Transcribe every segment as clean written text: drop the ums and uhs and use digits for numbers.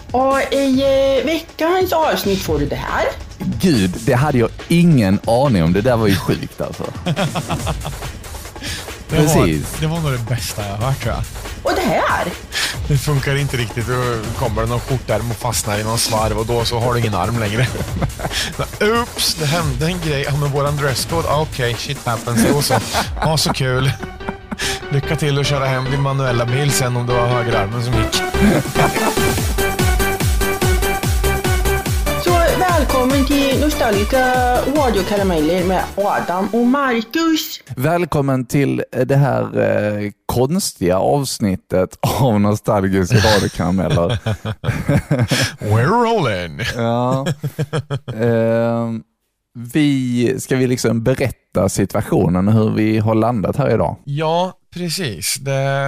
Och i veckans avsnitt får du det här. Gud, det hade jag ingen aning om. Det där var ju sjukt alltså. Precis. Det var nog det bästa jag har hört, tror jag. Och det här. Det funkar inte riktigt. Då kommer det någon skjortärm och fastnar i någon svarv och då så har du ingen arm längre. Oops, det hände en grej. Ja, men våran dresscode. Okej, shit happens. Då så. Ja, så kul. Lycka till att köra hem din manuella bil sen om du har högerarmen som gick. Så välkommen till Nostalgiska radiokarameller med Adam och Marcus. Välkommen till det här konstiga avsnittet av Nostalgiska radiokarameller. We're rolling. Ja. Ska vi liksom berätta situationen och hur vi har landat här idag? Ja, precis.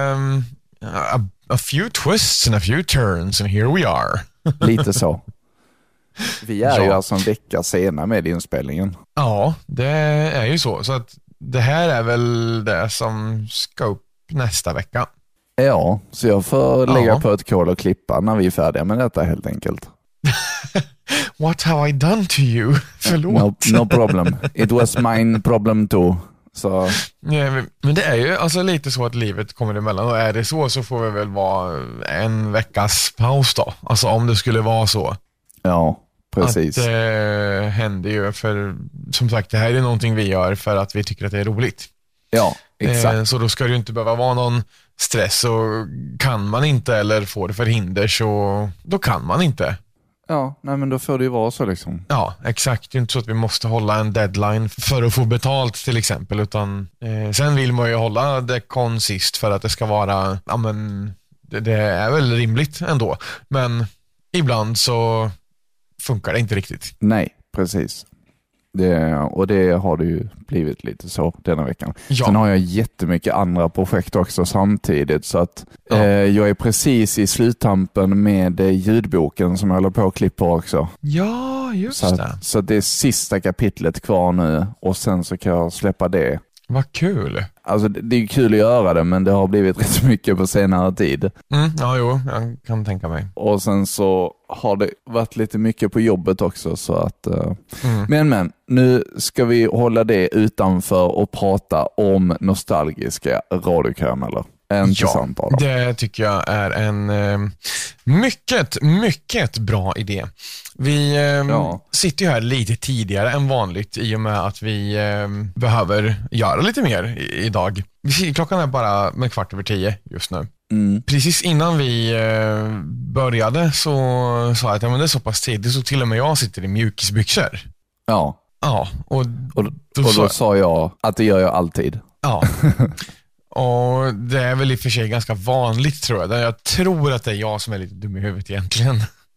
A few twists and a few turns and here we are. Lite så. Vi är ju alltså en vecka senare med inspelningen. Ja, det är ju så. Så att det här är väl det som ska upp nästa vecka. Ja, så jag får lägga på ett kol och klippa när vi är färdiga med detta helt enkelt. What have I done to you? Förlåt. No problem. It was mine problem too. Så. Ja, men det är ju alltså lite så att livet kommer emellan, och är det så får vi väl vara en veckas paus då. Alltså om det skulle vara så. Ja, precis. Att det händer ju, för som sagt, det här är någonting vi gör för att vi tycker att det är roligt. Ja, exakt. Så då ska det ju inte behöva vara någon stress, och kan man inte eller får det förhinder så då kan man inte. Ja, nej men då får det ju vara så liksom. Ja, exakt. Det är inte så att vi måste hålla en deadline för att få betalt till exempel, utan sen vill man ju hålla det konsist för att det ska vara, ja men det är väl rimligt ändå. Men ibland så funkar det inte riktigt. Nej, precis. Det har det ju blivit lite så denna veckan. Ja. Sen har jag jättemycket andra projekt också samtidigt, så att jag är precis i sluttampen med ljudboken som jag håller på att klippa också. Ja, just så det. Så det är sista kapitlet kvar nu och sen så kan jag släppa det. Vad kul. Alltså det är kul att göra det, men det har blivit rätt mycket på senare tid. Ja, jo, jag kan tänka mig. Och sen så har det varit lite mycket på jobbet också, så att men nu ska vi hålla det utanför och prata om nostalgiska radiokarameller. Ja, det tycker jag är en mycket bra idé. Vi sitter ju här lite tidigare än vanligt i och med att vi behöver göra lite mer idag. Klockan är bara med 10:15 just nu. Precis innan vi började så sa jag att men det är så pass tidigt så till och med jag sitter i mjukisbyxor. Ja. Ja, och då sa jag att det gör jag alltid. Ja. Och det är väl i och för sig ganska vanligt, tror jag. Jag tror att det är jag som är lite dum i huvudet egentligen.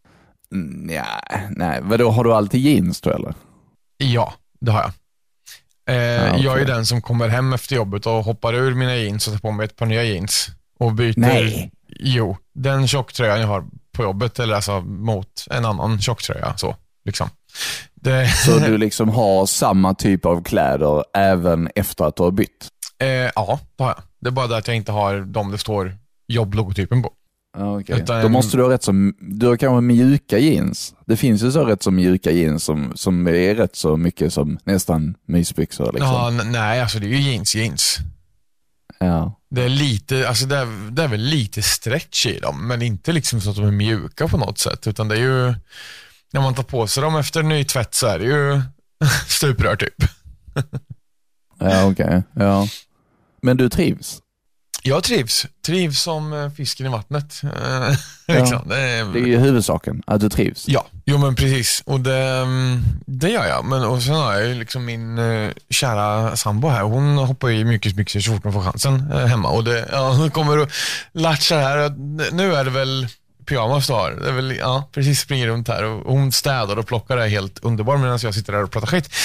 Nej. Vadå, har du alltid jeans då eller? Ja, det har jag. Okay. Jag är den som kommer hem efter jobbet och hoppar ur mina jeans och tar på mig ett par nya jeans. Och byter. Nej. Jo, den tjocktröjan jag har på jobbet, eller alltså mot en annan tjocktröja, så liksom. Så du liksom har samma typ av kläder även efter att du har bytt? Ja, det har jag. Det är bara det att jag inte har dem det står jobblogotypen på. Okay. Då måste du ha du har kanske mjuka jeans. Det finns ju så rätt så mjuka jeans som är rätt så mycket som nästan mysbyxor liksom. Ja, nej, alltså det är ju jeans. Ja. Det är lite, alltså det är väl lite stretch i dem, men inte liksom så att de är mjuka på något sätt, utan det är ju när man tar på sig dem efter ny tvätt så är det ju stuprör typ. Ja, okej. Ja. Men du trivs? Jag trivs som fisken i vattnet. Liksom. Det är ju huvudsaken, att du trivs. Ja, jo men precis. Och det gör jag. Och sen har jag ju liksom min kära sambo här. Hon hoppar i mjukisbyxor så fort hon får chansen hemma. Och hon kommer och latchar här. Nu är det väl pyjamas du har. Det är väl, precis, springer runt här. Och hon städar och plockar, det är helt underbar medan jag sitter där och pratar skit.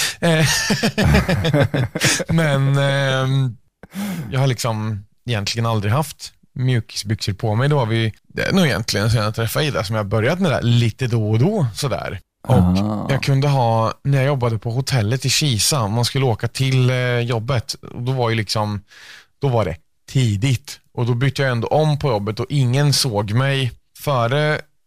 Men jag har liksom egentligen aldrig haft mjukisbyxor på mig. Det är nog egentligen sen jag träffade Ida som jag börjat med det lite då och då sådär. Och jag kunde ha, när jag jobbade på hotellet i Kisa, man skulle åka till jobbet, och då var det tidigt, och då bytte jag ändå om på jobbet och ingen såg mig före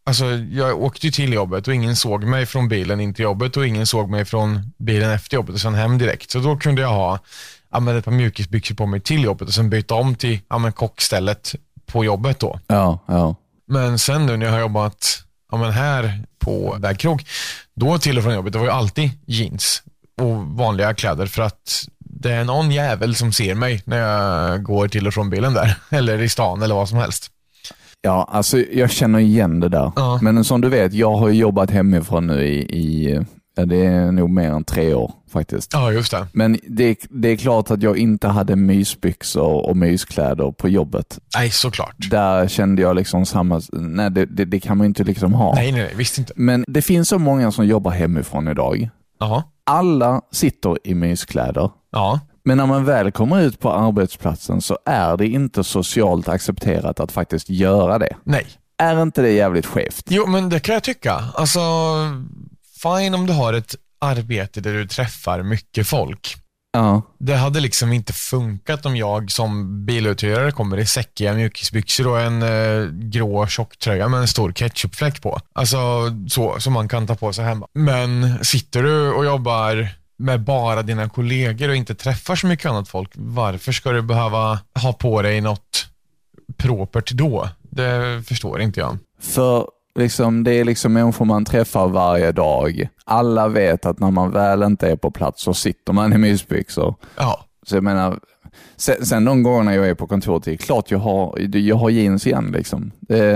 Alltså, jag åkte ju till jobbet och ingen såg mig från bilen in till jobbet och ingen såg mig från bilen efter jobbet och sen hem direkt. Så då kunde jag ha ett par mjukisbyxor på mig till jobbet och sen byta om till kockstället på jobbet då. Ja. Men sen nu när jag har jobbat här på Vägkrog, då till och från jobbet, det var ju alltid jeans och vanliga kläder för att det är någon jävel som ser mig när jag går till och från bilen där. Eller i stan eller vad som helst. Ja, alltså jag känner igen det där. Ja. Men som du vet, jag har jobbat hemifrån nu det är nog mer än 3 år faktiskt. Ja, just det. Men det är klart att jag inte hade mysbyxor och myskläder på jobbet. Nej, såklart. Där kände jag liksom samma... Nej, det kan man inte liksom ha. Nej, visst inte. Men det finns så många som jobbar hemifrån idag. Aha. Alla sitter i myskläder. Ja. Men när man väl kommer ut på arbetsplatsen så är det inte socialt accepterat att faktiskt göra det. Nej. Är inte det jävligt skevt? Jo, men det kan jag tycka. Alltså, fine om du har ett arbete där du träffar mycket folk. Ja. Det hade liksom inte funkat om jag som biluthyrare kommer i säckiga mjukisbyxor och en grå tjocktröja med en stor ketchupfläck på. Alltså så som man kan ta på sig hemma. Men sitter du och jobbar med bara dina kollegor och inte träffar så mycket annat folk, varför ska du behöva ha på dig något propert då? Det förstår inte jag. För det är liksom människor man träffar varje dag. Alla vet att när man väl inte är på plats så sitter man i mysbyxor. Ja. Så jag menar, sen de gånger jag är på kontoret, det är klart jag har jeans igen liksom.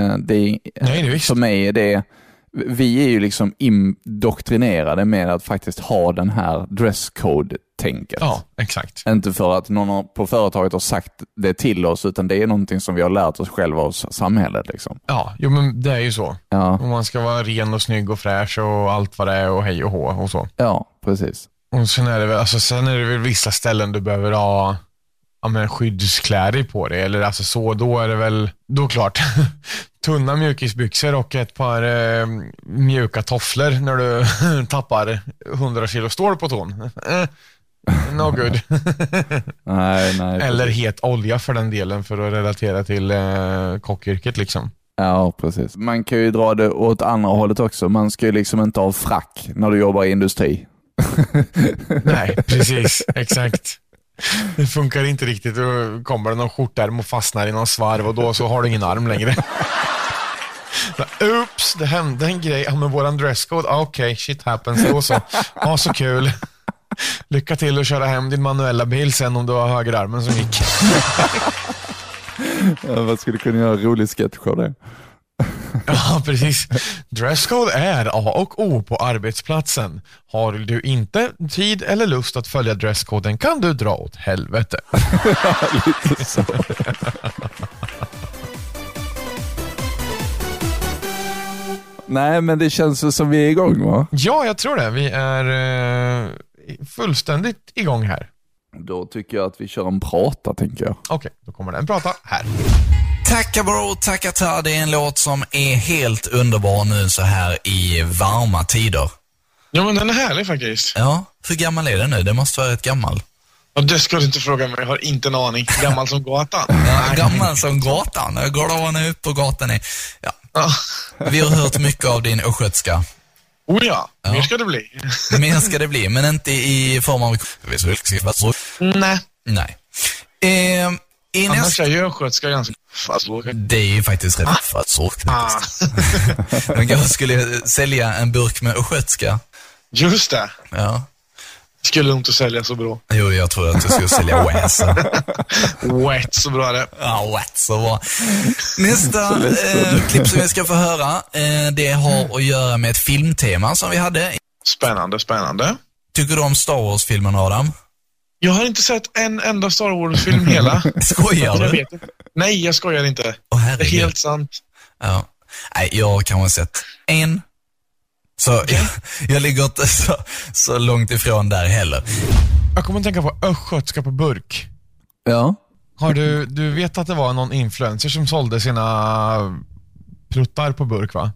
För mig är det, vi är ju liksom indoktrinerade med att faktiskt ha den här dresscode-tänket. Ja, exakt. Inte för att någon på företaget har sagt det till oss, utan det är någonting som vi har lärt oss själva av samhället liksom. Ja, jo, men det är ju så. Ja. Och man ska vara ren och snygg och fräsch och allt vad det är och hej och hå och så. Ja, precis. Och sen är det väl vissa ställen du behöver ha skyddskläder på dig, eller alltså så, då är det väl, då klart tunna mjukisbyxor och ett par mjuka tofflor när du tappar 100 kilo stål på tån. No good. nej. Eller het olja för den delen, för att relatera till kockyrket liksom. Ja, precis. Man kan ju dra det åt andra hållet också. Man ska ju liksom inte ha frack när du jobbar i industri. Nej, precis. Exakt. Det funkar inte riktigt. Då kommer det någon skjortärm och fastnar i någon svarv och då så har du ingen arm längre. Oops, det hände en grej. Ja, men våran dresscode. Okej, shit happens. Då så. Ja, så kul. Lycka till att köra hem din manuella bil sen om du har högerarmen som gick. Ja, vad skulle kunna göra en rolig sketch av det? Ja, precis. Dresscode är A och O på arbetsplatsen. Har du inte tid eller lust att följa dresskoden kan du dra åt helvete. Lite så. Nej, men det känns som vi är igång, va? Ja, jag tror det. Vi är fullständigt igång här. Då tycker jag att vi kör en prata, tänker jag. Okej, då kommer den prata här. Tacka bro, tacka ta. Det är en låt som är helt underbar nu så här i varma tider. Ja, men den är härlig faktiskt. Ja, hur gammal är den nu? Det måste vara rätt gammal. Ja, det ska du inte fråga mig, jag har inte en aning. Gammal som gatan. Ja, gammal som gatan. Jag går då ut på gatan. Ja. Vi har hört mycket av din östgötska. Oh ja, mer ska det bli. Mer ska det bli, men inte i form av... Nej. Annars är ju östgötska ganska fast. Det är ju faktiskt rätt fast. Man kanske skulle sälja en burk med östgötska. Just det. Ja. Skulle inte sälja så bra. Jo, jag tror att du skulle sälja Wet. Wet, så bra det. Ja, Wet, så bra. Nästa klipp som vi ska få höra, det har att göra med ett filmtema som vi hade. Spännande. Tycker du om Star Wars-filmen, Adam? Jag har inte sett en enda Star Wars-film hela. Skojar du? Nej, jag skojar inte. Det är helt sant. Ja. Nej, jag har kanske sett en. Så jag ligger inte så långt ifrån där heller. Jag kommer att tänka på östgötska på burk. Ja. Har du vet att det var någon influencer som sålde sina pruttar på burk, va?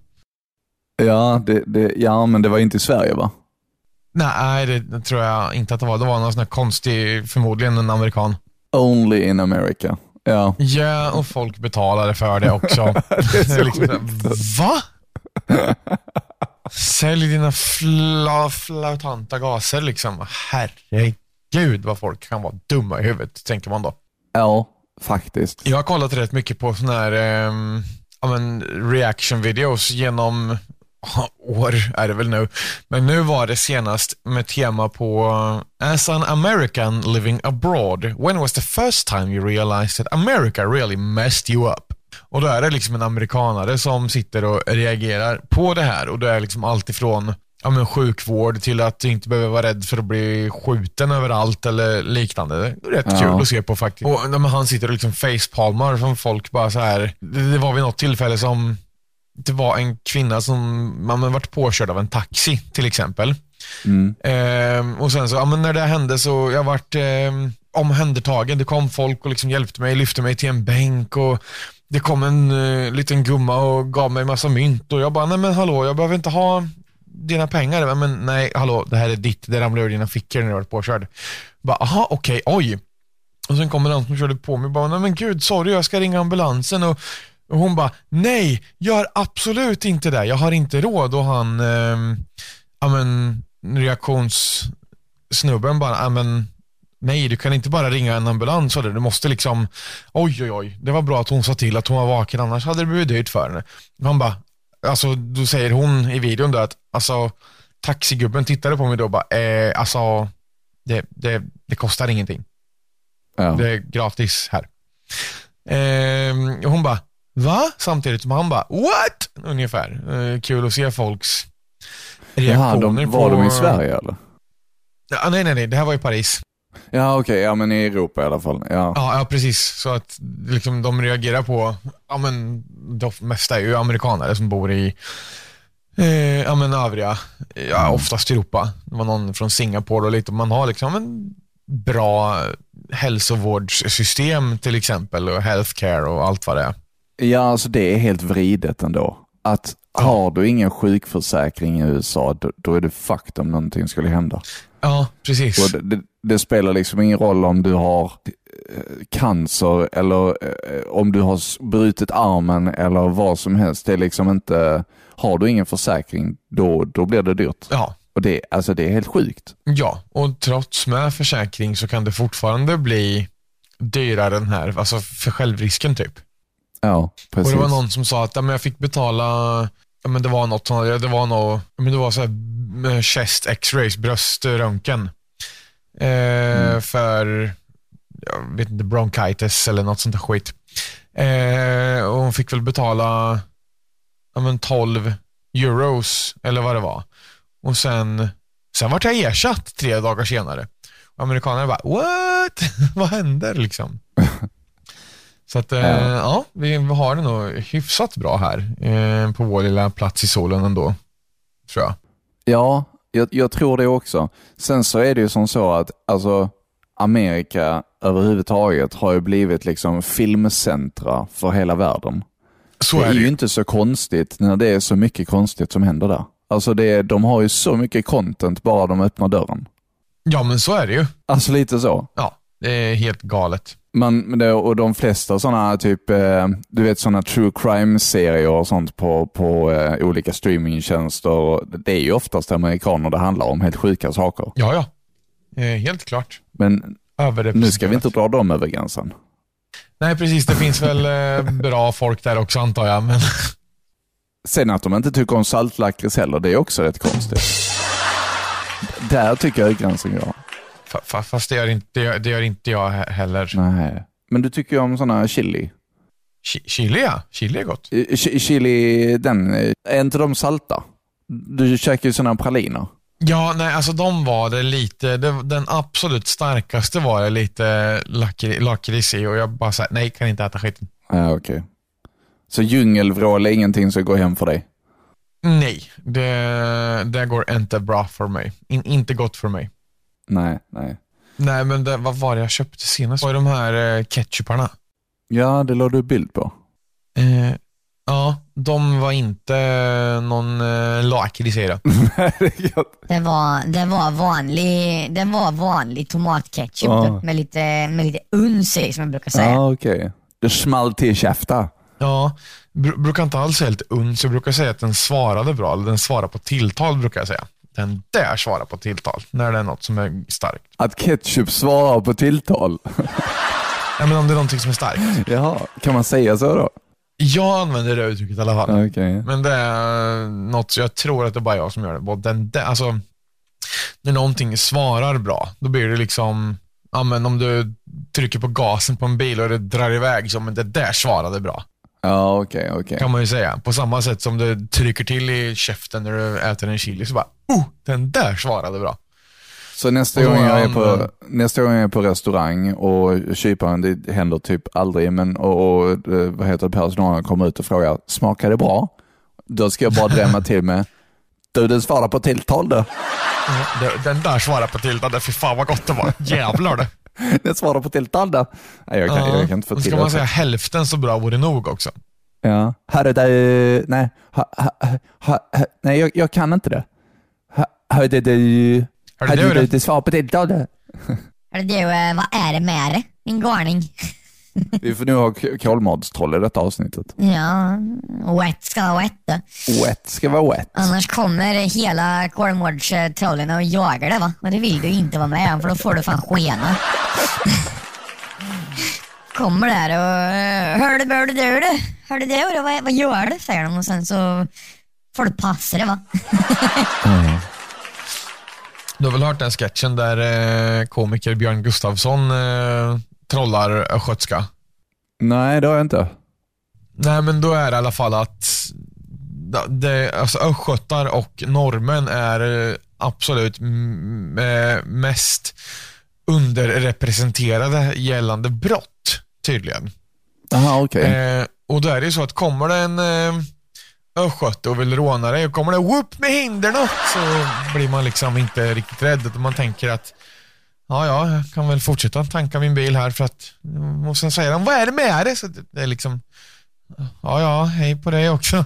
Ja, men det var inte i Sverige, va? Nej, det tror jag inte att det var. Det var någon sån här konstig, förmodligen en amerikan. Only in America. Ja. Ja, och folk betalade för det också. Det är så liksom, va? Sälj dina flautanta gaser liksom. Herregud vad folk kan vara dumma i huvudet, tänker man då. Ja, faktiskt. Jag har kollat rätt mycket på såna här reaction videos genom år är det väl nu. Men nu var det senast med tema på As an American living abroad, when was the first time you realized that America really messed you up? Och då är det liksom en amerikanare som sitter och reagerar på det här. Och det är liksom allt ifrån sjukvård till att du inte behöver vara rädd för att bli skjuten överallt eller liknande. Det är rätt kul att se på faktiskt. Och när han sitter och liksom facepalmar som folk bara så här. Det var vid något tillfälle som det var en kvinna som man varit påkörd av en taxi till exempel. Och sen så när det hände så jag varit omhändertagen. Det kom folk och liksom hjälpte mig, lyfte mig till en bänk och det kom en liten gumma och gav mig massa mynt och jag bara, nej men hallå, jag behöver inte ha dina pengar. Men nej, hallå, det här är ditt, det ramlar ur dina fickor när du varit påkörd. Bara, aha, okej, oj. Och sen kommer någon som körde på mig och bara, nej men gud, sorry, jag ska ringa ambulansen. Och hon bara, nej, gör absolut inte det. Jag har inte råd. Och han, reaktionssnubben bara, nej, du kan inte bara ringa en ambulans. Du måste liksom, oj, det var bra att hon sa till att hon var vaken, annars hade det blivit dyrt för henne. Och han bara, alltså, då säger hon i videon då att, alltså, taxigubben tittade på mig då och bara, alltså, det kostar ingenting. Ja. Det är gratis här. Och hon bara, va? Samtidigt som han bara, what? Ungefär. Kul att se folks reaktioner. Var de i Sverige eller? Ja, nej, det här var i Paris. Ja, okej, ja, men i Europa i alla fall. Ja, precis. Så att liksom, de reagerar på, de mesta är ju amerikanare som bor i övriga, oftast Europa. Det var någon från Singapore och lite, man har liksom en bra hälsovårdssystem till exempel och healthcare och allt vad det är. Ja, alltså det är helt vridet ändå. Att har du ingen sjukförsäkring i USA, då är det fucked om någonting skulle hända. Ja, precis. Och det spelar liksom ingen roll om du har cancer eller om du har brutit armen eller vad som helst. Det är liksom inte, har du ingen försäkring, då blir det dyrt. Ja. Och det är helt sjukt. Ja, och trots med försäkring så kan det fortfarande bli dyrare än här, alltså för självrisken typ. Ja, precis. Och det var någon som sa att jag fick betala, det var något, det var så här chest x-rays, bröströntgen för jag vet inte, bronchitis eller något sånt där skit. Och hon fick väl betala 12 euros eller vad det var. Och sen var jag ersatt 3 dagar senare. Och amerikanerna bara, what? Vad händer liksom? Så att vi har det nog hyfsat bra här på vår lilla plats i solen ändå, tror jag. Ja, jag tror det också. Sen så är det ju som så att alltså, Amerika överhuvudtaget har ju blivit liksom filmcentra för hela världen. Så det är ju inte så konstigt när det är så mycket konstigt som händer där. Alltså de har ju så mycket content bara de öppnar dörren. Ja, men så är det ju. Alltså lite så. Ja, det är helt galet. Och de flesta sådana typ, du vet sådana true crime-serier och sånt på olika streamingtjänster. Det är ju oftast amerikaner det handlar om, helt sjuka saker. Ja, helt klart. Men nu ska vi inte dra dem över gränsen. Nej, precis. Det finns väl bra folk där också, antar jag. Men... Sen att de inte tycker om saltlakrits heller, det är också rätt konstigt. Där tycker jag gränsen går. Fast det gör inte jag heller. Nej. Men du tycker ju om såna chili. Chili, ja. Chili är gott. Chili, är inte de salta? Du käkar ju såna praliner. Ja, nej, alltså de var det lite, den absolut starkaste var det lite lakrits i och jag bara sa, nej, kan inte äta skiten. Ja, okej. Så djungelvrål är ingenting som går hem för dig? Nej, det går inte bra för mig. Inte gott för mig. Nej. Nej, men vad var det jag köpte senast? Var de här ketchuparna? Ja, det låg du bild på. Ja, de var inte någon lakrits i det. Det var vanlig tomatketchup med lite uns i, som jag brukar säga. Ja, okej. Det small till käfta. Ja, brukar inte alls säga helt uns. Jag brukar säga att den svarade bra. Eller den svarar på tilltal brukar jag säga. Den där svarar på tilltal. När det är något som är starkt. Att ketchup svarar på tilltal? Ja, men om det är någonting som är starkt. Jaha, kan man säga så då? Jag använder det uttrycket i alla fall. Okay. Men det är något, jag tror att det är bara jag som gör det. Alltså, när någonting svarar bra, då blir det liksom, ja, men om du trycker på gasen på en bil och det drar iväg, så men det där svarade bra. Ja, okej. Kan man ju säga. På samma sätt som du trycker till i käften när du äter en chili, så bara, den där svarade bra. Så nästa gång jag är på restaurang och kyparen, det händer typ aldrig, men och vad heter det, personalen kommer ut och frågar, smakar det bra? Då ska jag bara drämma till med, den svarar på tilltal då. Den där svarar på tilltal, för fan vad gott det var. Jävlar det. Den svarar på tilltal då. Nej, jag kan inte få till det. Ska man säga hälften så bra vore nog också. Ja. Nej, jag kan inte det. Det svarar på tilltal då. Vad är det med det? En garning. Vi får nu ha kolmadstroll i detta avsnittet. Ja, wet ska vara wet då. Wet ska vara wet. Annars kommer hela kolmårdstrollen och jagar det, va? Och det vill du inte vara med om, för då får du fan skena. Kommer där och hör du det? Vad gör du? Säger de, och sen så får du passa det, va? Du har väl hört den sketchen där komiker Björn Gustafsson trollar östgötska? Nej, det har jag inte. Nej, men då är det i alla fall att alltså östgötar och norrmän är absolut mest underrepresenterade gällande brott, tydligen. Aha, okej. Och då är det så att kommer det en östgöte och vill råna dig och kommer det whoop med händerna, så blir man liksom inte riktigt rädd, utan man tänker att ja, jag kan väl fortsätta tanka min bil här, för att, och sen säger de, vad är det med det? Så det är liksom, ja, hej på dig också.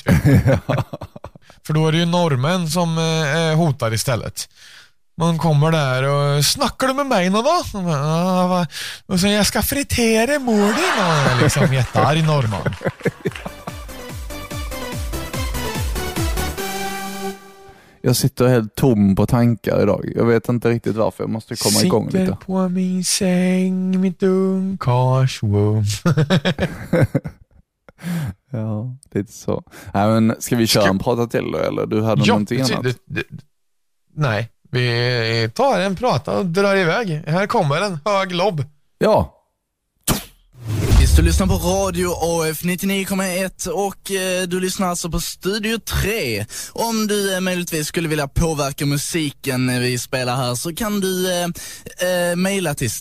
För då är det ju norrmän som hotar istället. Man kommer där och snackar du med mig nå då? Och så jag ska fritera mor din, och är liksom jättearg norrman. Jag sitter helt tom på tankar idag. Jag vet inte riktigt varför. Jag måste komma igång lite. Sitter på min säng, mitt ungkarsrum. Ja, lite så. Nej, men ska vi köra en prata till då, eller? Du hade någonting annat? Nej, vi tar en prata och drar iväg. Här kommer en hög lobb. Ja. Du lyssnar på Radio AF 99,1 och du lyssnar alltså på Studio 3. Om du möjligtvis skulle vilja påverka musiken när vi spelar här, så kan du mejla till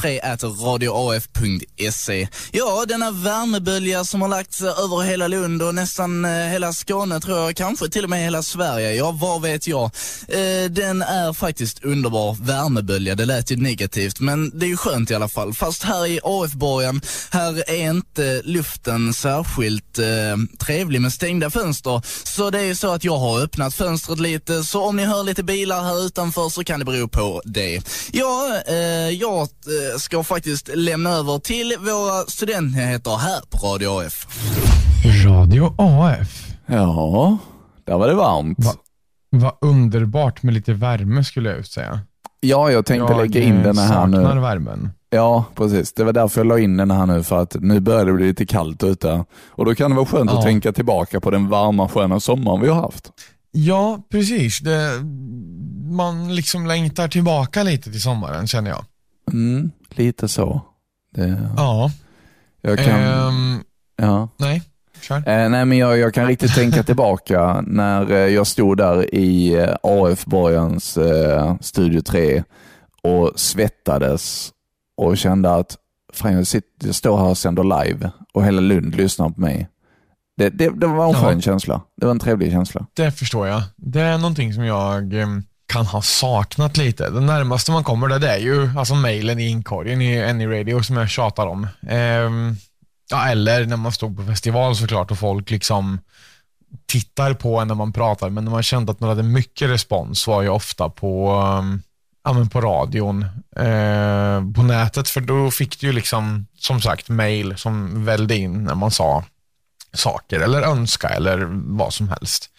studio3@radioaf.se. Ja, denna värmebölja som har lagts över hela Lund och nästan hela Skåne, tror jag, kanske till och med hela Sverige. Ja, vad vet jag. Den är faktiskt underbar värmebölja. Det lät ju negativt, men det är ju skönt i alla fall. Fast här i AF-borgen, här är inte luften särskilt trevlig med stängda fönster. Så det är så att jag har öppnat fönstret lite, så om ni hör lite bilar här utanför så kan det bero på det. Ja, jag ska faktiskt lämna över till våra studentnyheter här på Radio AF. Radio AF? Ja, där var det varmt. Vad underbart med lite värme, skulle jag säga. Ja, jag tänkte lägga in den här nu. Jag saknar värmen. Ja, precis. Det var därför jag la in den här nu, för att nu börjar det bli lite kallt ute. Och då kan det vara skönt att tänka tillbaka på den varma, sköna sommaren vi har haft. Ja, precis. Man liksom längtar tillbaka lite till sommaren, känner jag. Lite så. Ja. Jag kan... ja. Nej, kör. Nej, men jag kan riktigt tänka tillbaka när jag stod där i AF-borgens Studio 3 och svettades och kände att fan, jag står här och sänder live och hela Lund lyssnar på mig. Det var en skön känsla. Det var en trevlig känsla. Det förstår jag. Det är någonting som jag kan ha saknat lite. Det närmaste man kommer det är ju alltså mejlen i inkorgen i AnyRadio som jag tjatar om. Ja, eller när man stod på festival såklart och folk liksom tittar på en när man pratar, men när man kände att man hade mycket respons var ju ofta på radion, på nätet, för då fick du ju liksom som sagt mejl som välde in när man sa saker eller önska eller vad som helst.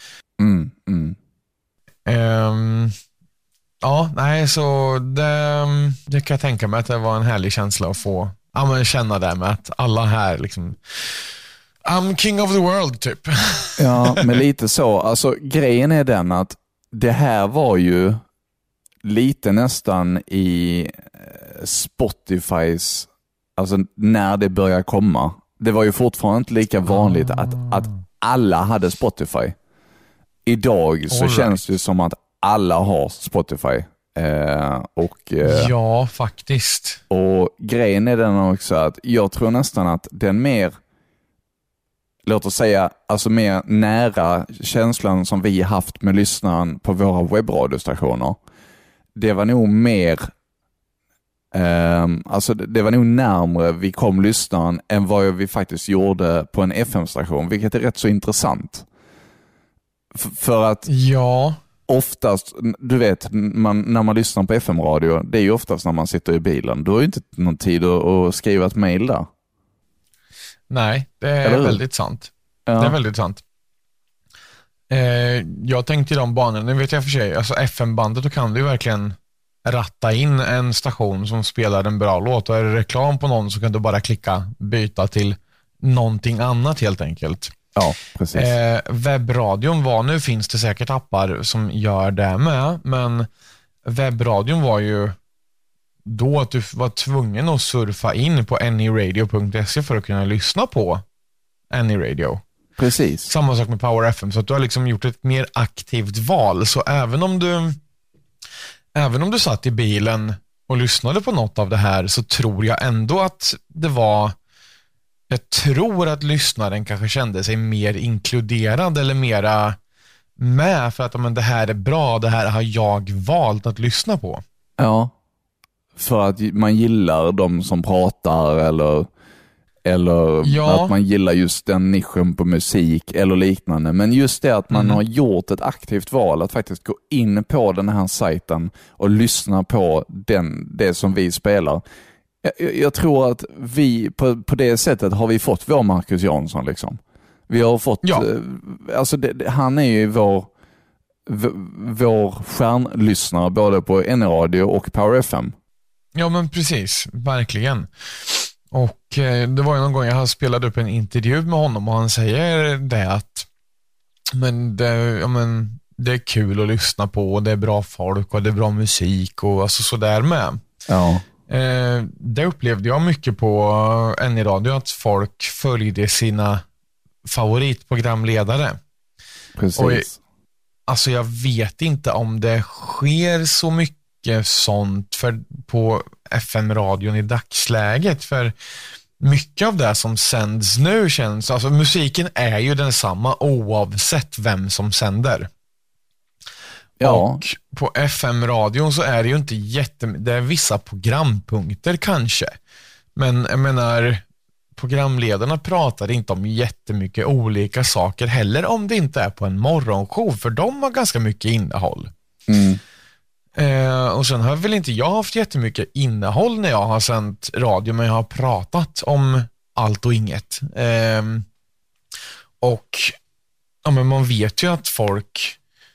Ja, nej, så det kan jag tänka mig att det var en härlig känsla att få känna det med att alla här liksom I'm king of the world typ. Ja, men lite så. Alltså grejen är den att det här var ju lite nästan i Spotifys, alltså när det börjar komma. Det var ju fortfarande inte lika vanligt att alla hade Spotify. Idag så känns det som att alla har Spotify. Ja, faktiskt. Och grejen är den också att jag tror nästan att den mer, låt oss säga, alltså mer nära känslan som vi haft med lyssnaren på våra webbradiostationer. Det var nog mer, alltså det var nog närmare vi kom lyssnaren än vad vi faktiskt gjorde på en FM-station, vilket är rätt så intressant. För att oftast, du vet, när man lyssnar på FM-radio, det är ju oftast när man sitter i bilen. Du har ju inte någon tid att skriva ett mejl där. Nej, det är väldigt sant. Ja. Det är väldigt sant. Jag tänkte i de banorna, nu vet jag för sig, alltså FM-bandet, då kan du ju verkligen ratta in en station som spelar en bra låt, och är det reklam på någon så kan du bara klicka byta till någonting annat helt enkelt. Ja, precis. Webbradion nu finns det säkert appar som gör det med, men webbradion var ju då att du var tvungen att surfa in på anyradio.se för att kunna lyssna på Anyradio. Precis. Samma sak med Power FM, så att du har liksom gjort ett mer aktivt val. Så även om du satt i bilen och lyssnade på något av det här, så tror jag ändå att jag tror att lyssnaren kanske kände sig mer inkluderad eller mera med, för att det här är bra, det här har jag valt att lyssna på. Ja, för att man gillar de som pratar eller att man gillar just den nischen på musik eller liknande. Men just det att man har gjort ett aktivt val att faktiskt gå in på den här sajten och lyssna på det som vi spelar. Jag tror att vi på det sättet har vi fått vår Marcus Jansson liksom. Vi har fått alltså han är ju vår stjärnlyssnare både på N-radio och Power FM. Ja, men precis, verkligen. Och det var ju någon gång jag spelade upp en intervju med honom och han säger det att det är kul att lyssna på och det är bra folk och det är bra musik och alltså sådär med. Ja. Det upplevde jag mycket på N-radio, att folk följde sina favoritprogramledare. Precis. Och, alltså jag vet inte om det sker så mycket sånt på FM-radion i dagsläget, för mycket av det som sänds nu känns, alltså musiken är ju densamma oavsett vem som sänder. Ja. Och på FM-radion så är det ju inte det är vissa programpunkter kanske, men jag menar, programledarna pratar inte om jättemycket olika saker heller, om det inte är på en morgonshow, för de har ganska mycket innehåll. Och sen har väl inte jag haft jättemycket innehåll när jag har sänt radio, men jag har pratat om allt och inget. Och men man vet ju att folk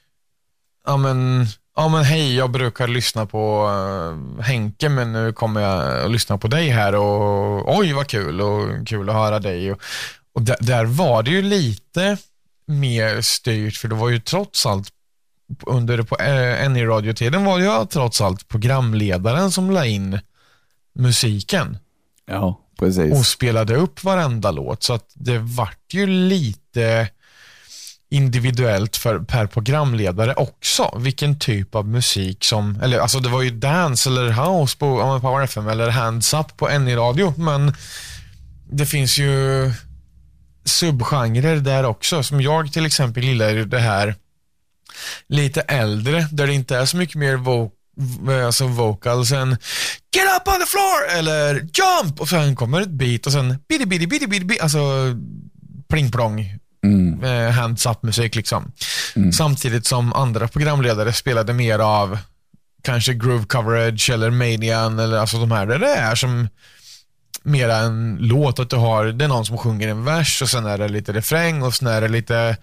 hej, jag brukar lyssna på Henke, men nu kommer jag att lyssna på dig här och oj vad kul och kul att höra dig. Och där var det ju lite mer styrt, för det var ju trots allt på N-radiotiden var det ju trots allt programledaren som la in musiken. Ja, precis. Och spelade upp varenda låt, så att det vart ju lite individuellt per programledare också, vilken typ av musik som, eller alltså det var ju dance eller house på Power FM eller hands up på N-radio, men det finns ju subgenrer där också, som jag till exempel gillar det här lite äldre, där det inte är så mycket mer vocals än get up on the floor eller jump, och sen kommer ett beat och sen bidi, alltså pling plong. Hands up musik liksom. Samtidigt som andra programledare spelade mer av kanske groove coverage eller manian, eller alltså de här där det är som mera en låt, att det är någon som sjunger en vers och sen är det lite refräng och sen är det lite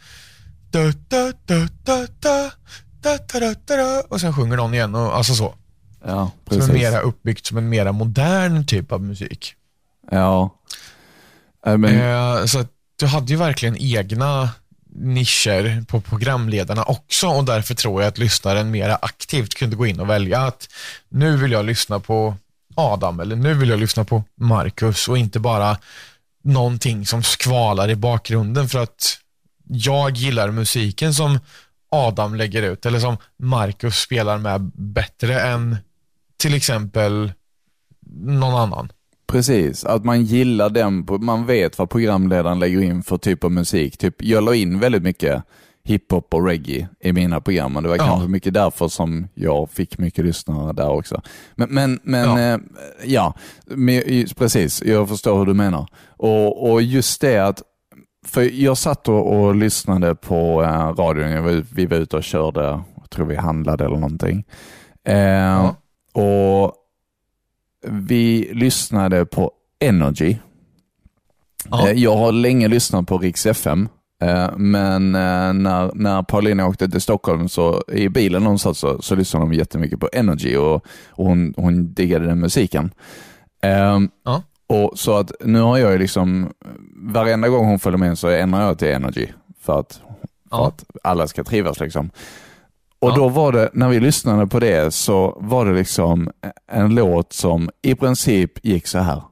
och sen sjunger någon igen och alltså så. Ja, precis. Som är mera uppbyggt som en mera modern typ av musik. Ja. Så att du hade ju verkligen egna nischer på programledarna också, och därför tror jag att lyssnaren mera aktivt kunde gå in och välja att nu vill jag lyssna på Adam eller nu vill jag lyssna på Marcus, och inte bara någonting som skvalar i bakgrunden för att jag gillar musiken som Adam lägger ut eller som Marcus spelar med bättre än till exempel någon annan. Precis, att man gillar den, man vet vad programledaren lägger in för typ av musik. Typ, jag la in väldigt mycket hiphop och reggae i mina program, och det var kanske mycket därför som jag fick mycket lyssnare där också. Men precis, jag förstår hur du menar. Och just det att, för jag satt och lyssnade på radion, vi var ute och körde, jag tror vi handlade eller någonting. Och vi lyssnade på Energy. Jag har länge lyssnat på Rix FM, men när Paulina åkte till Stockholm så i bilen någonstans så lyssnade de jättemycket på Energy, och hon diggade den musiken. Och så att nu har jag liksom, varenda gång hon följer med så ändrar jag till Energy för att alla ska trivas liksom. Och då var det, när vi lyssnade på det, så var det liksom en låt som i princip gick så här.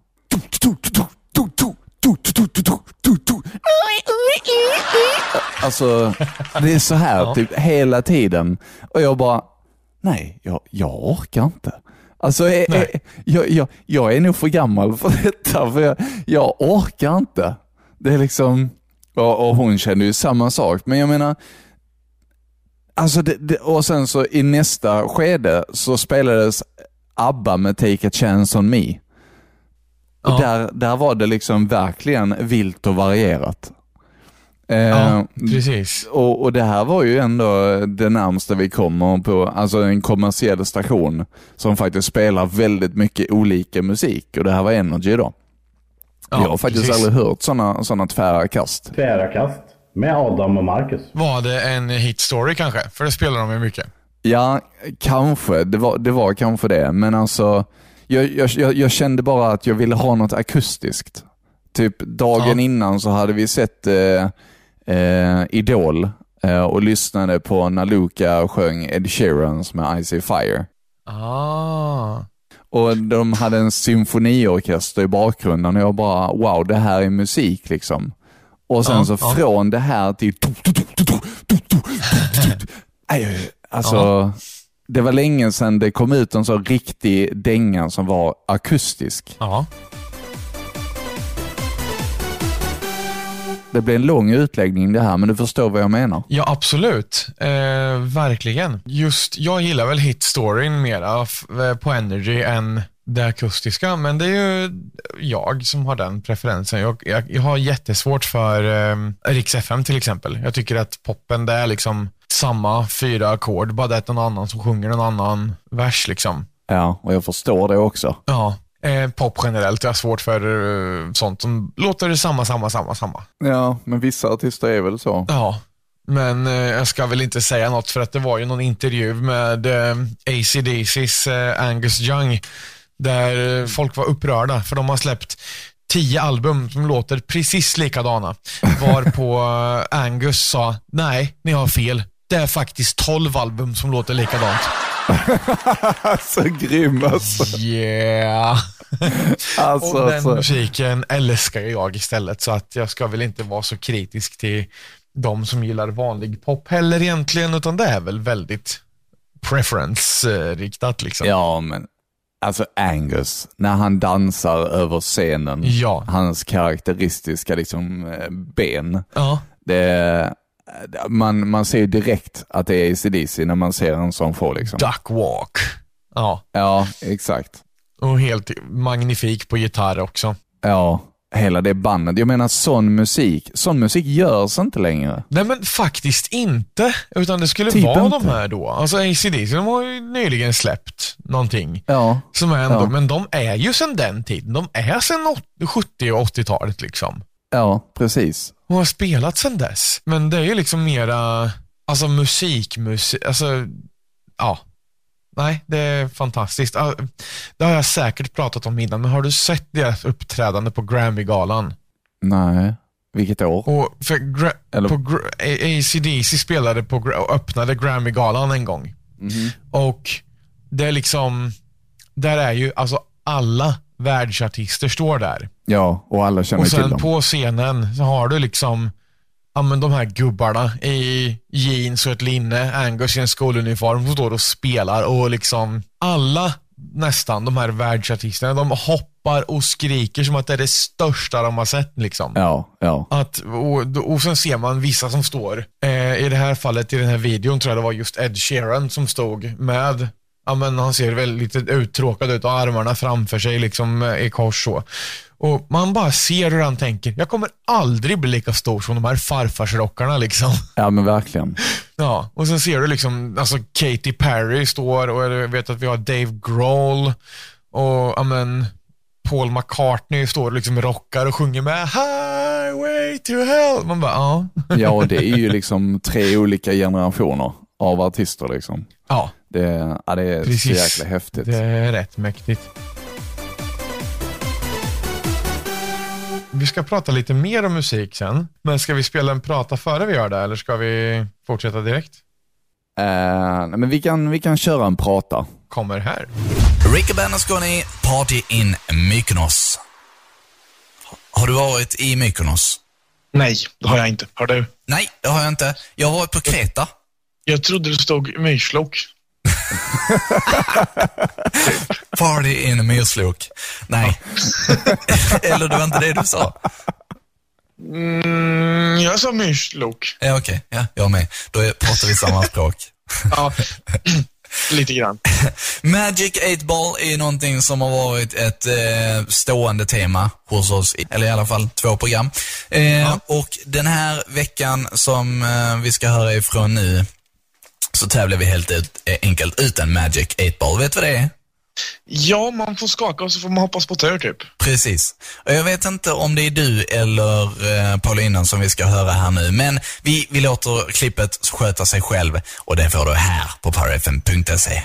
Alltså, det är så här typ hela tiden. Och jag bara, nej, jag orkar inte. Alltså, jag är nog för gammal för detta, för jag orkar inte. Det är liksom, och hon kände ju samma sak, men jag menar, alltså och sen så i nästa skede så spelades ABBA med Take a Chance on Me. Och där var det liksom verkligen vilt och varierat. Precis. Och det här var ju ändå det närmaste vi kommer på, alltså en kommersiell station som faktiskt spelar väldigt mycket olika musik, och det här var Energy då. Jag har faktiskt aldrig hört såna tvära kast. Tvära kast med Adam och Marcus. Var det en hit story kanske? För det spelar de ju mycket. Ja, kanske. Det var kanske det. Men alltså, jag kände bara att jag ville ha något akustiskt. Typ dagen innan så hade vi sett Idol och lyssnade på när Luca sjöng Ed Sheerans med Icy Fire. Och de hade en symfoniorkester i bakgrunden, och jag bara, wow, det här är musik liksom. Och sen så från det här till alltså, det var länge sedan det kom ut en så riktig dänga som var akustisk. Det blir en lång utläggning det här, men du förstår vad jag menar. Ja, absolut. Verkligen. Just, jag gillar väl hitstoryn mera på Energy än det akustiska, men det är ju jag som har den preferensen. Jag har jättesvårt för Rix FM till exempel. Jag tycker att poppen, det är liksom samma 4 ackord, bara det är någon annan som sjunger en annan vers liksom. Ja, och jag förstår det också. Ja. Pop generellt, jag har svårt för sånt som låter samma. Ja, men vissa artister är väl så. Ja, men jag ska väl inte säga något, för att det var ju någon intervju med AC/DC:s Angus Young där folk var upprörda för de har släppt 10 album som låter precis likadana. Varpå Angus sa, nej, ni har fel. Det är faktiskt 12 album som låter likadant. Så grym alltså. Yeah. Alltså, och den musiken älskar jag istället, så att jag ska väl inte vara så kritisk till de som gillar vanlig pop heller egentligen, utan det är väl väldigt preference-riktat liksom. Ja, men alltså Angus, när han dansar över scenen, hans karaktäristiska liksom ben, man ser ju direkt att det är AC/DC när man ser en sån få liksom. Duck walk. Ja, exakt. Och helt magnifik på gitarr också. Ja, hela det bandet. Jag menar sån musik görs inte längre. Nej, men faktiskt inte. Utan det skulle Typ vara inte. de här då. Alltså AC/DC, de har ju nyligen släppt någonting. Ja. Som är ändå, Ja. men de är ju sedan den tiden. De är sedan 70- och 80-talet liksom. Ja, precis. Och har spelat sedan dess. Men det är ju liksom mera, alltså musik, alltså, ja. Nej, det är fantastiskt. Det har jag säkert pratat om innan, men har du sett deras uppträdande på Grammy-galan? Nej, vilket år? Och för Eller- AC/DC spelade och öppnade Grammy-galan en gång. Och det är liksom, där är ju alltså alla världsartister står där. Ja, och alla känner Och till sen dem. på scenen så har du liksom, ja men de här gubbarna i jeans och ett linne, Angus i en skoluniform som står och spelar, och liksom alla nästan de här världsartisterna, de hoppar och skriker som att det är det största de har sett liksom. Ja. Och sen ser man vissa som står, i det här fallet i den här videon tror jag det var just Ed Sheeran som stod med, ja men han ser väl lite uttråkad ut och armarna framför sig liksom i kors så. Och man bara ser hur han tänker, jag kommer aldrig bli lika stor som de här farfarsrockarna liksom. Ja, men verkligen. Ja, och sen ser du liksom, alltså Katy Perry står, och jag vet att vi har Dave Grohl och ja men Paul McCartney står liksom rockar och sjunger med Highway to Hell. Man bara, ja. Ja, och det är ju liksom 3 olika generationer av artister liksom. Ja, Det är precis. så jäkla häftigt. Det är rätt mäktigt. Vi ska prata lite mer om musik sen, men ska vi spela en prata före vi gör det, eller ska vi fortsätta direkt? Nej, men vi kan köra en prata. Kommer här. Ricky Bernasconi, Party in Mykonos. Har du varit i Mykonos? Nej, det har jag inte. Har du? Nej, det har jag inte. Jag har varit på Kreta. Jag trodde det stod myrslok. Party in Myrslok. Nej. Eller det var inte det du sa. Jag sa myrslok. Ja, okej. Ja, jag med. Då pratar vi samma språk. Ja, lite grann. Magic 8-Ball är någonting som har varit ett stående tema hos oss, eller i alla fall 2 program. Och den här veckan som vi ska höra ifrån nu, så tävlar vi helt enkelt ut en Magic 8-Ball. Vet du vad det är? Ja, man får skaka och så får man hoppas på tur typ. Precis. Och jag vet inte om det är du eller Paulina som vi ska höra här nu, men vi låter klippet sköta sig själv, och det får du här på powerfm.se.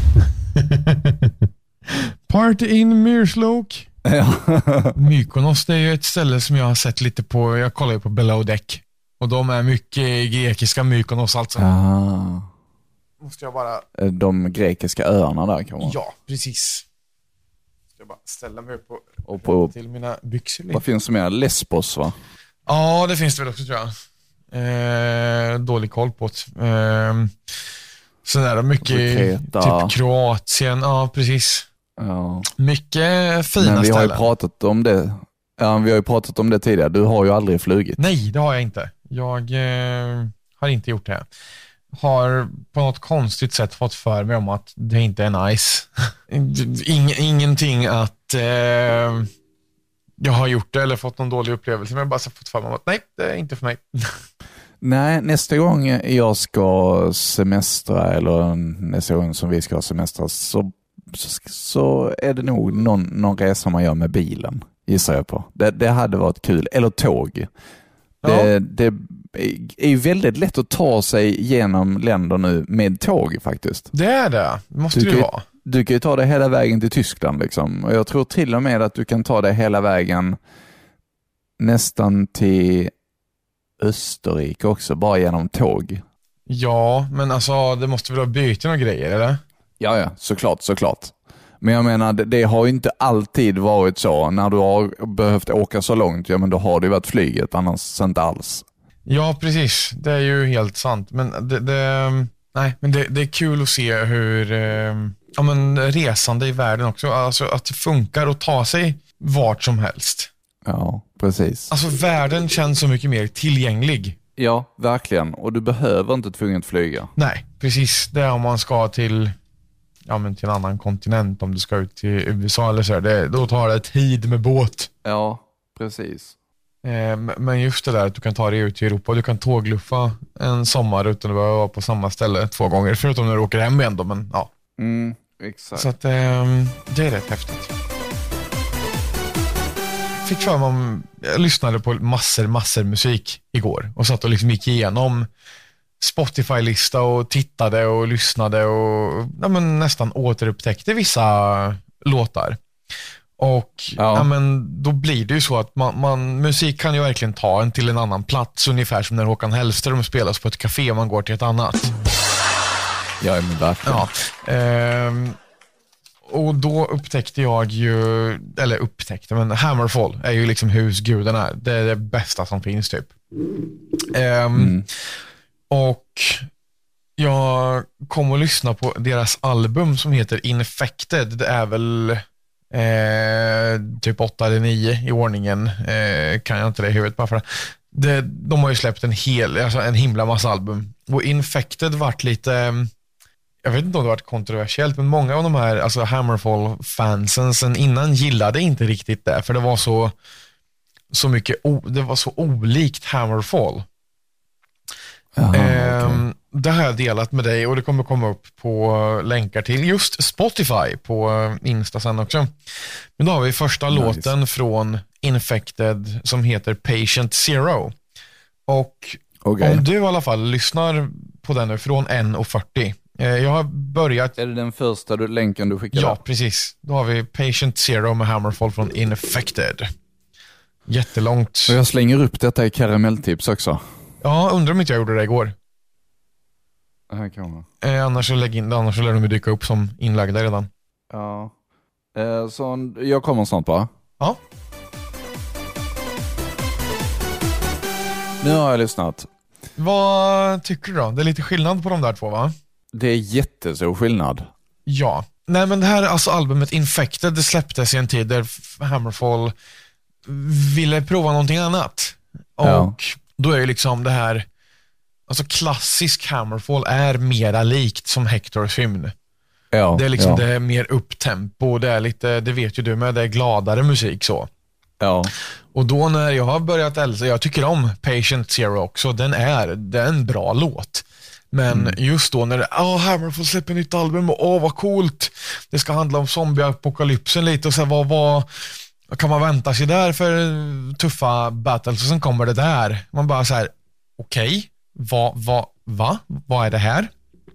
Party in Myrslok. Ja. Mykonos, det är ju ett ställe som jag har sett lite på, jag kollar ju på Below Deck. Och de är mycket grekiska Mykonos alltså. Måste jag bara... De grekiska öarna där kan man. Ja, precis. Ska jag bara ställa mig upp Och på, till mina byxor lite. vad finns det mer? Lesbos, va? Ja, det finns det väl också tror jag. Dålig koll på det. Sen är det mycket Kreta. typ Kroatien. Ja, precis. Ja. Mycket fina Men vi har ju ställen. pratat om det. Ja, vi har ju pratat om det tidigare. Du har ju aldrig flugit. Nej, det har jag inte. Jag har inte gjort det. Har på något konstigt sätt fått för mig om att det inte är nice. Ingenting att jag har gjort det eller fått någon dålig upplevelse, men jag har bara fått för mig om att nej, det är inte för mig. Nej, nästa gång jag ska semestra, eller nästa gång som vi ska ha semester, så är det nog någon resa man gör med bilen, gissar jag på. Det hade varit kul. Eller tåg. Ja. Det är ju väldigt lätt att ta sig genom länder nu med tåg faktiskt. Det är det. Måste det ju vara. Du kan ju ta det hela vägen till Tyskland liksom. Och jag tror till och med att du kan ta det hela vägen nästan till Österrike också, bara genom tåg. Ja, men alltså det måste väl ha byten och grejer, eller? Ja, såklart. Men jag menar, det har ju inte alltid varit så. När du har behövt åka så långt, ja men då har det ju varit flyget, annars inte alls. Ja, precis. Det är ju helt sant. Men det är kul att se hur resande i världen också, alltså att det funkar att ta sig vart som helst. Ja, precis. Alltså världen känns så mycket mer tillgänglig. Ja, verkligen. Och du behöver inte tvunget flyga. Nej, precis. Det är om man ska till en annan kontinent, om du ska ut till USA eller så. Då tar det tid med båt. Ja, Precis. Men just det där att du kan ta dig ut i Europa, du kan tågluffa en sommar utan att behöva vara på samma ställe 2 gånger, förutom när du åker hem igen då, men ja. Exakt. Så att det är rätt häftigt. Fick för mig, jag lyssnade på massor musik igår och satt och liksom gick igenom Spotify-lista och tittade och lyssnade och nästan återupptäckte vissa låtar. Och då blir det ju så att musik kan ju verkligen ta en till en annan plats, ungefär som när Håkan Hellström spelas på ett café och man går till ett annat. Ja, men verkligen. Ja. Och då upptäckte jag ju, men Hammerfall är ju liksom husguden här. Det är det bästa som finns typ. Och jag kom och lyssna på deras album som heter Infected. Det är väl typ 8 eller 9 i ordningen. Kan jag inte det i huvudet bara för det. De har ju släppt en himla massa album. Och Infected vart lite, jag vet inte om det varit kontroversiellt, men många av de här Hammerfall-fansen sen innan gillade inte riktigt det, för det var så mycket, det var så olikt Hammerfall. Okay. Det har jag delat med dig och det kommer komma upp på länkar till just Spotify på Insta sen också. Men då har vi första låten från Infected som heter Patient Zero. Och om du i alla fall lyssnar på den nu från 1:40. Jag har börjat... Är det den första länken du skickade? Ja, precis. Då har vi Patient Zero med Hammerfall från Infected. Jättelångt. Och jag slänger upp detta i karamelltips också. Ja, undrar om inte jag gjorde det igår. Här kan man. Annars så lär de dyka upp som inlagda redan. Ja. Så jag kommer snart bara. Ja. Nu har jag lyssnat. Vad tycker du då? Det är lite skillnad på de där två, va? Det är jättestor skillnad. Ja. Nej, men det här alltså albumet Infected, det släpptes i en tid där Hammerfall ville prova någonting annat. Och då är ju liksom det här, alltså klassisk Hammerfall är mera likt som Hectors hymn. Ja, det är liksom det är mer upptempo, det är lite, det vet ju du med, det är gladare musik så. Ja. Och då när jag har börjat älska, jag tycker om Patient Zero också, det är en bra låt. Men just då när Hammerfall släpper nytt album och vad coolt, det ska handla om zombieapokalypsen lite och så här, vad kan man vänta sig där för tuffa battles, och sen kommer det där. Man bara så här, okej, vad är det här?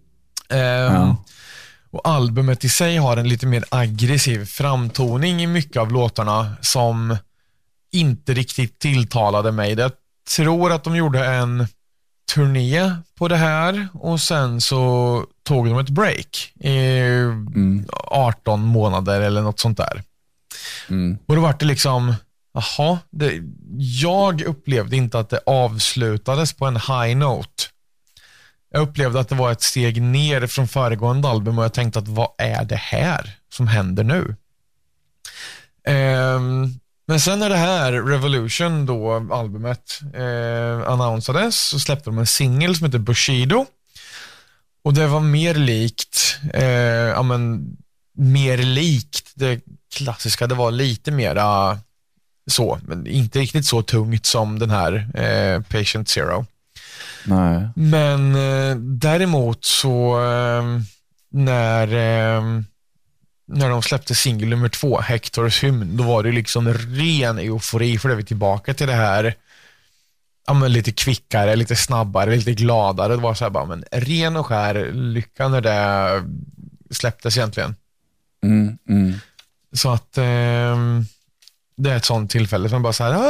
Och albumet i sig har en lite mer aggressiv framtoning i mycket av låtarna som inte riktigt tilltalade mig. Jag tror att de gjorde en turné på det här och sen så tog de ett break i 18 månader eller något sånt där. Och då var det liksom, jag upplevde inte att det avslutades på en high note. Jag upplevde att det var ett steg ner från föregående album och jag tänkte att vad är det här som händer nu? Men sen när det här Revolution då, albumet annonsades, så släppte de en singel som heter Bushido. Och det var mer likt det klassiska. Det var lite mera så, men inte riktigt så tungt som den här Patient Zero. Nej. Men däremot så när de släppte singel nummer 2, Hectors hymn, då var det liksom ren eufori, för det var tillbaka till det här lite kvickare, lite snabbare, lite gladare. Det var så här bara, men ren och skär lycka när det släpptes egentligen. Så att det är ett sånt tillfälle som bara så här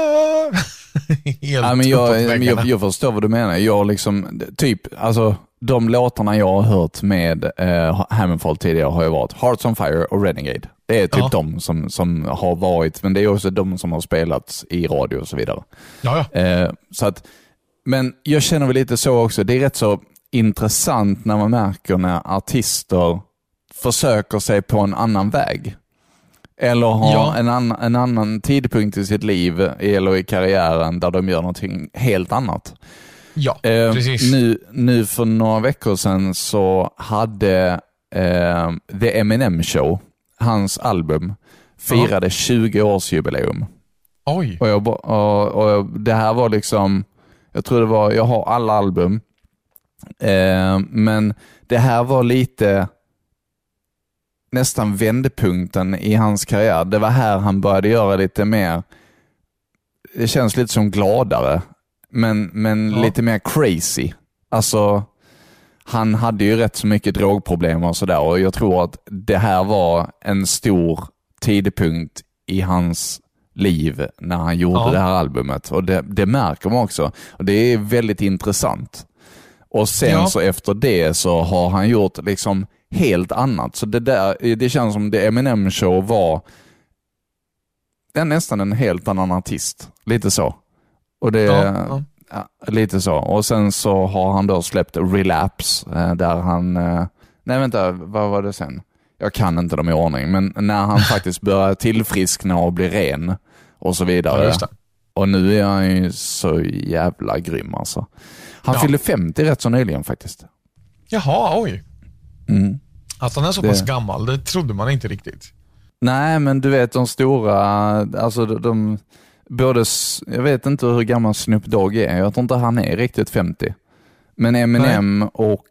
jag förstår vad du menar. Jag liksom typ, alltså de låtarna jag har hört med Hammerfall tidigare har ju varit Hearts on Fire och Renegade. Det är typ de som har varit, men det är också de som har spelats i radio och så vidare. Så att, men jag känner väl lite så också. Det är rätt så intressant när man märker när artister försöker sig på en annan väg. Eller ha en annan tidpunkt i sitt liv eller i karriären där de gör någonting helt annat. Ja, precis. Nu för några veckor sedan så hade The Eminem Show, hans album, firade 20-årsjubileum. Oj. Och det här var liksom, jag tror det var, jag har alla album, men det här var lite nästan vändpunkten i hans karriär. Det var här han började göra lite mer, det känns lite som gladare, men lite mer crazy. Alltså, han hade ju rätt så mycket drogproblem och sådär, och jag tror att det här var en stor tidpunkt i hans liv när han gjorde det här albumet, och det märker man också, och det är väldigt intressant. Och sen så efter det så har han gjort liksom helt annat, så det känns som det Eminem Show var nästan en helt annan artist, lite så. Och det lite så. Och sen så har han då släppt Relapse, där han nej vänta, vad var det sen? Jag kan inte dem i ordning, men när han faktiskt börjar tillfriskna och bli ren och så vidare. Ja, och nu är han ju så jävla grym alltså. Han fyllde 50 rätt så nyligen faktiskt. Jaha, oj. Att han är så pass gammal, det trodde man inte riktigt. Nej, men du vet de stora, alltså både, jag vet inte hur gammal Snoop Dogg är. Jag tror inte han är riktigt 50. Men Eminem och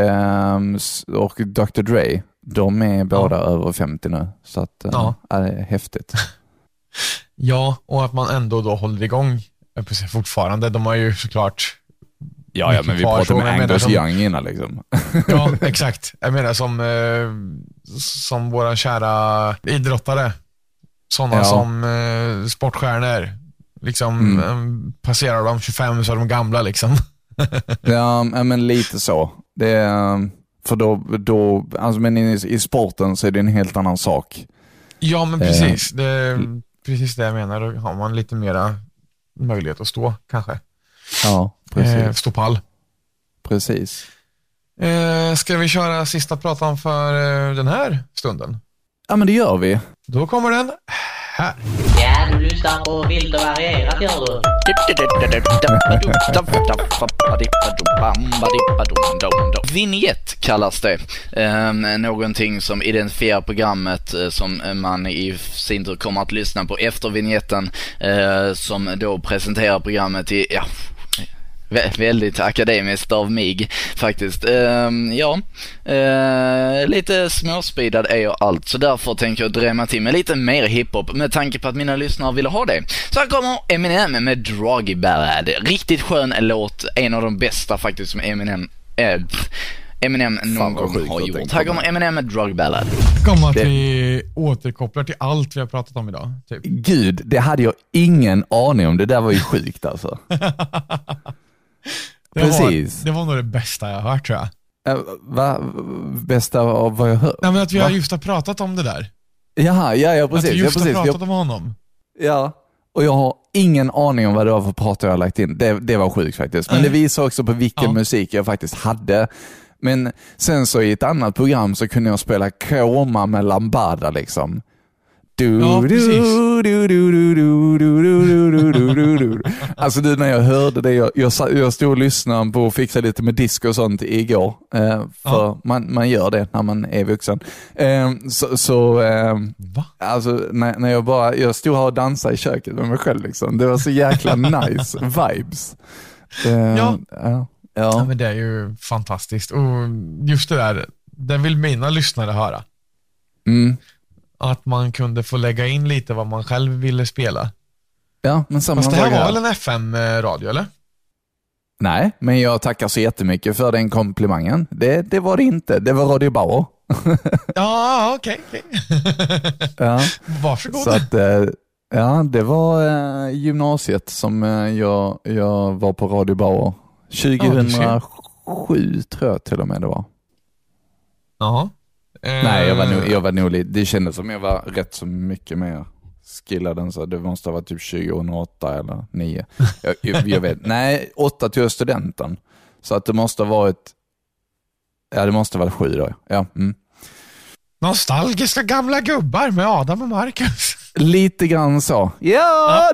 Dr. Dre, de är båda över 50 nu. Så att det är häftigt. Ja, och att man ändå då håller igång fortfarande. De har ju såklart... Ja, men vi pratade med Angus Young innan liksom. Ja, exakt. Jag menar som våra kära idrottare. Sådana som sportstjärnor. Liksom passerar de 25 så är de gamla liksom. Ja, men lite så. Det är, för då alltså, men i sporten så är det en helt annan sak. Ja, men precis. Det är precis det jag menar. Då har man lite mera möjlighet att stå kanske. Ja, precis. Stå pall. Precis. Ska vi köra sista pratan för den här stunden? Ja, men det gör vi. Då kommer den här. Ja, du lyssnar på Vilt och Varierat, gör du. Vignett kallas det. Någonting som identifierar programmet som man i sin tur kommer att lyssna på efter vignetten, som då presenterar programmet i... Ja, väldigt akademiskt av mig faktiskt. Lite småspeedad är jag allt, så därför tänker jag drämma till med lite mer hiphop med tanke på att mina lyssnare ville ha det. Så här kommer Eminem med Druggy Ballad. Riktigt skön låt, en av de bästa faktiskt som Eminem någon gång har gjort. Här kommer Eminem med Druggy Ballad. Kommer att vi återkopplar till allt vi har pratat om idag typ. Gud, det hade jag ingen aning om. Det där var ju sjukt alltså. Precis. Det var nog det bästa jag har hört, tror jag. Bästa av vad jag hört? Nej, men att vi har just pratat om det där. Ja, precis. Att vi just har pratat om honom. Ja, och jag har ingen aning om vad det var för prat jag har lagt in. Det var sjukt faktiskt. Men det visar också på vilken musik jag faktiskt hade. Men sen så i ett annat program så kunde jag spela Chroma med Lambada liksom. Alltså du, när jag hörde det, jag stod och lyssnade på och fixade lite med disco och sånt igår, för man gör det när man är vuxen. Alltså när jag stod här och dansade i köket med mig själv liksom. Det var så jäkla nice vibes. Ja, men det är ju fantastiskt. Och just det där, den vill mina lyssnare höra. Att man kunde få lägga in lite vad man själv ville spela. Ja, men samma. Fast det här var väl en FM-radio, eller? Nej, men jag tackar så jättemycket för den komplimangen. Det var det inte. Det var Radio Bauer. Ja, okej. Ja. Varsågod. Så att, det var gymnasiet som jag var på Radio Bauer. 2007 tror jag till och med det var. Jaha. Nej, jag var nog lite, det kändes som jag var rätt så mycket mer skillad än så. Det måste ha varit typ 2008 eller 9. Jag vet. Nej, 8 till studenten. Så att det måste ha varit, det måste ha varit 7 då. Ja. Nostalgiska gamla gubbar med Adam och Marcus. Lite grann så. Ja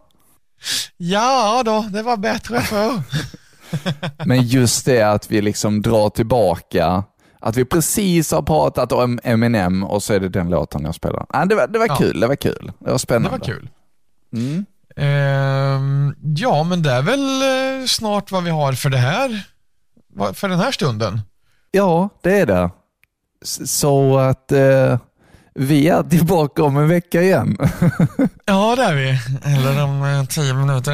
då, det var bättre för. Men just det att vi liksom drar tillbaka, att vi precis har pratat om Eminem och så är det den låten jag spelar. Det var kul, det var kul. Det var spännande. Det var kul. Ja, men det är väl snart vad vi har för det här. För den här stunden. Ja, det är det. Så att vi är tillbaka om en vecka igen. Ja, det är vi. Eller om 10 minuter.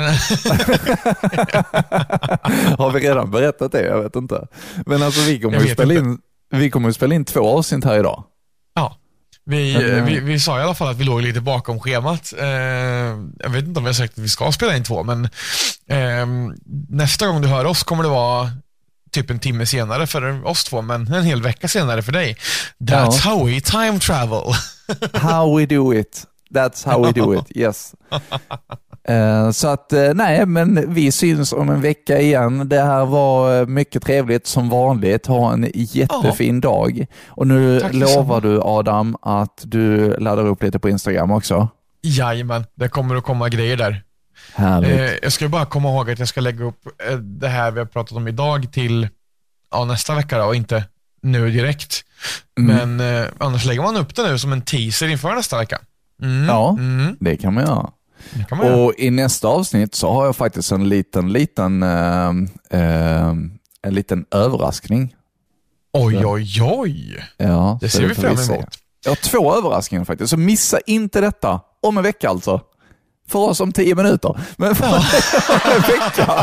Har vi redan berättat det? Jag vet inte. Men alltså vi kommer ju spela in 2 avsnitt här idag. Ja. Vi sa i alla fall att vi låg lite bakom schemat. Jag vet inte om vi har sagt att vi ska spela in 2, men nästa gång du hör oss kommer det vara typ en timme senare för oss 2, men en hel vecka senare för dig. That's how we time travel. How we do it. That's how we do it, yes. Så att nej, men vi syns om en vecka igen. Det här var mycket trevligt som vanligt. Ha en jättefin dag. Och nu lovar du, Adam, att du laddar upp lite på Instagram också. Jajamän, det kommer att komma grejer där. Jag ska bara komma ihåg att jag ska lägga upp det här vi har pratat om idag till nästa vecka då, och inte nu direkt. Men annars lägger man upp det nu som en teaser inför nästa vecka. Det kan man göra. Och i nästa avsnitt så har jag faktiskt en liten överraskning. Oj. Ja, det ser vi fram emot. Jag har 2 överraskningar faktiskt, så missa inte detta om en vecka alltså. För oss om 10 minuter. Men för en vecka.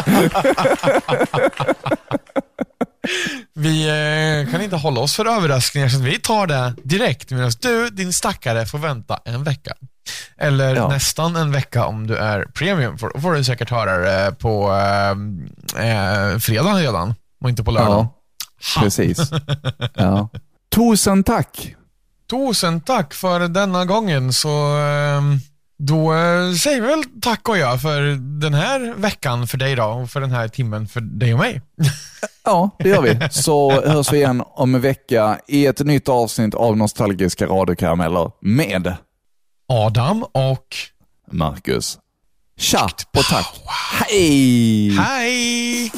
Vi kan inte hålla oss för överraskningar, så vi tar det direkt, medan du, din stackare, får vänta en vecka. Eller nästan en vecka om du är premium. Då får du säkert höra det på fredag redan, och inte på lördag. Ja, precis. Ja. Tusen tack för denna gången. Så då säger vi väl tack och jag för den här veckan för dig då, och för den här timmen för dig och mig. Ja, det gör vi. Så hörs vi igen om en vecka i ett nytt avsnitt av Nostalgiska radiokarameller med Adam och Marcus. Tja och tack. Hej! Hej!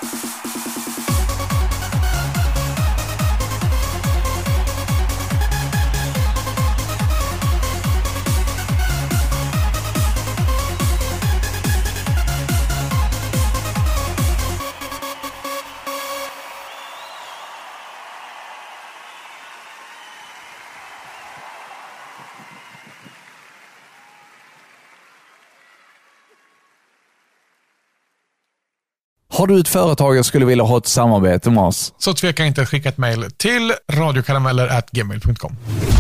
Har du ett företag och skulle vilja ha ett samarbete med oss? Så tveka inte att skicka ett mejl till radiokarameller@gmail.com.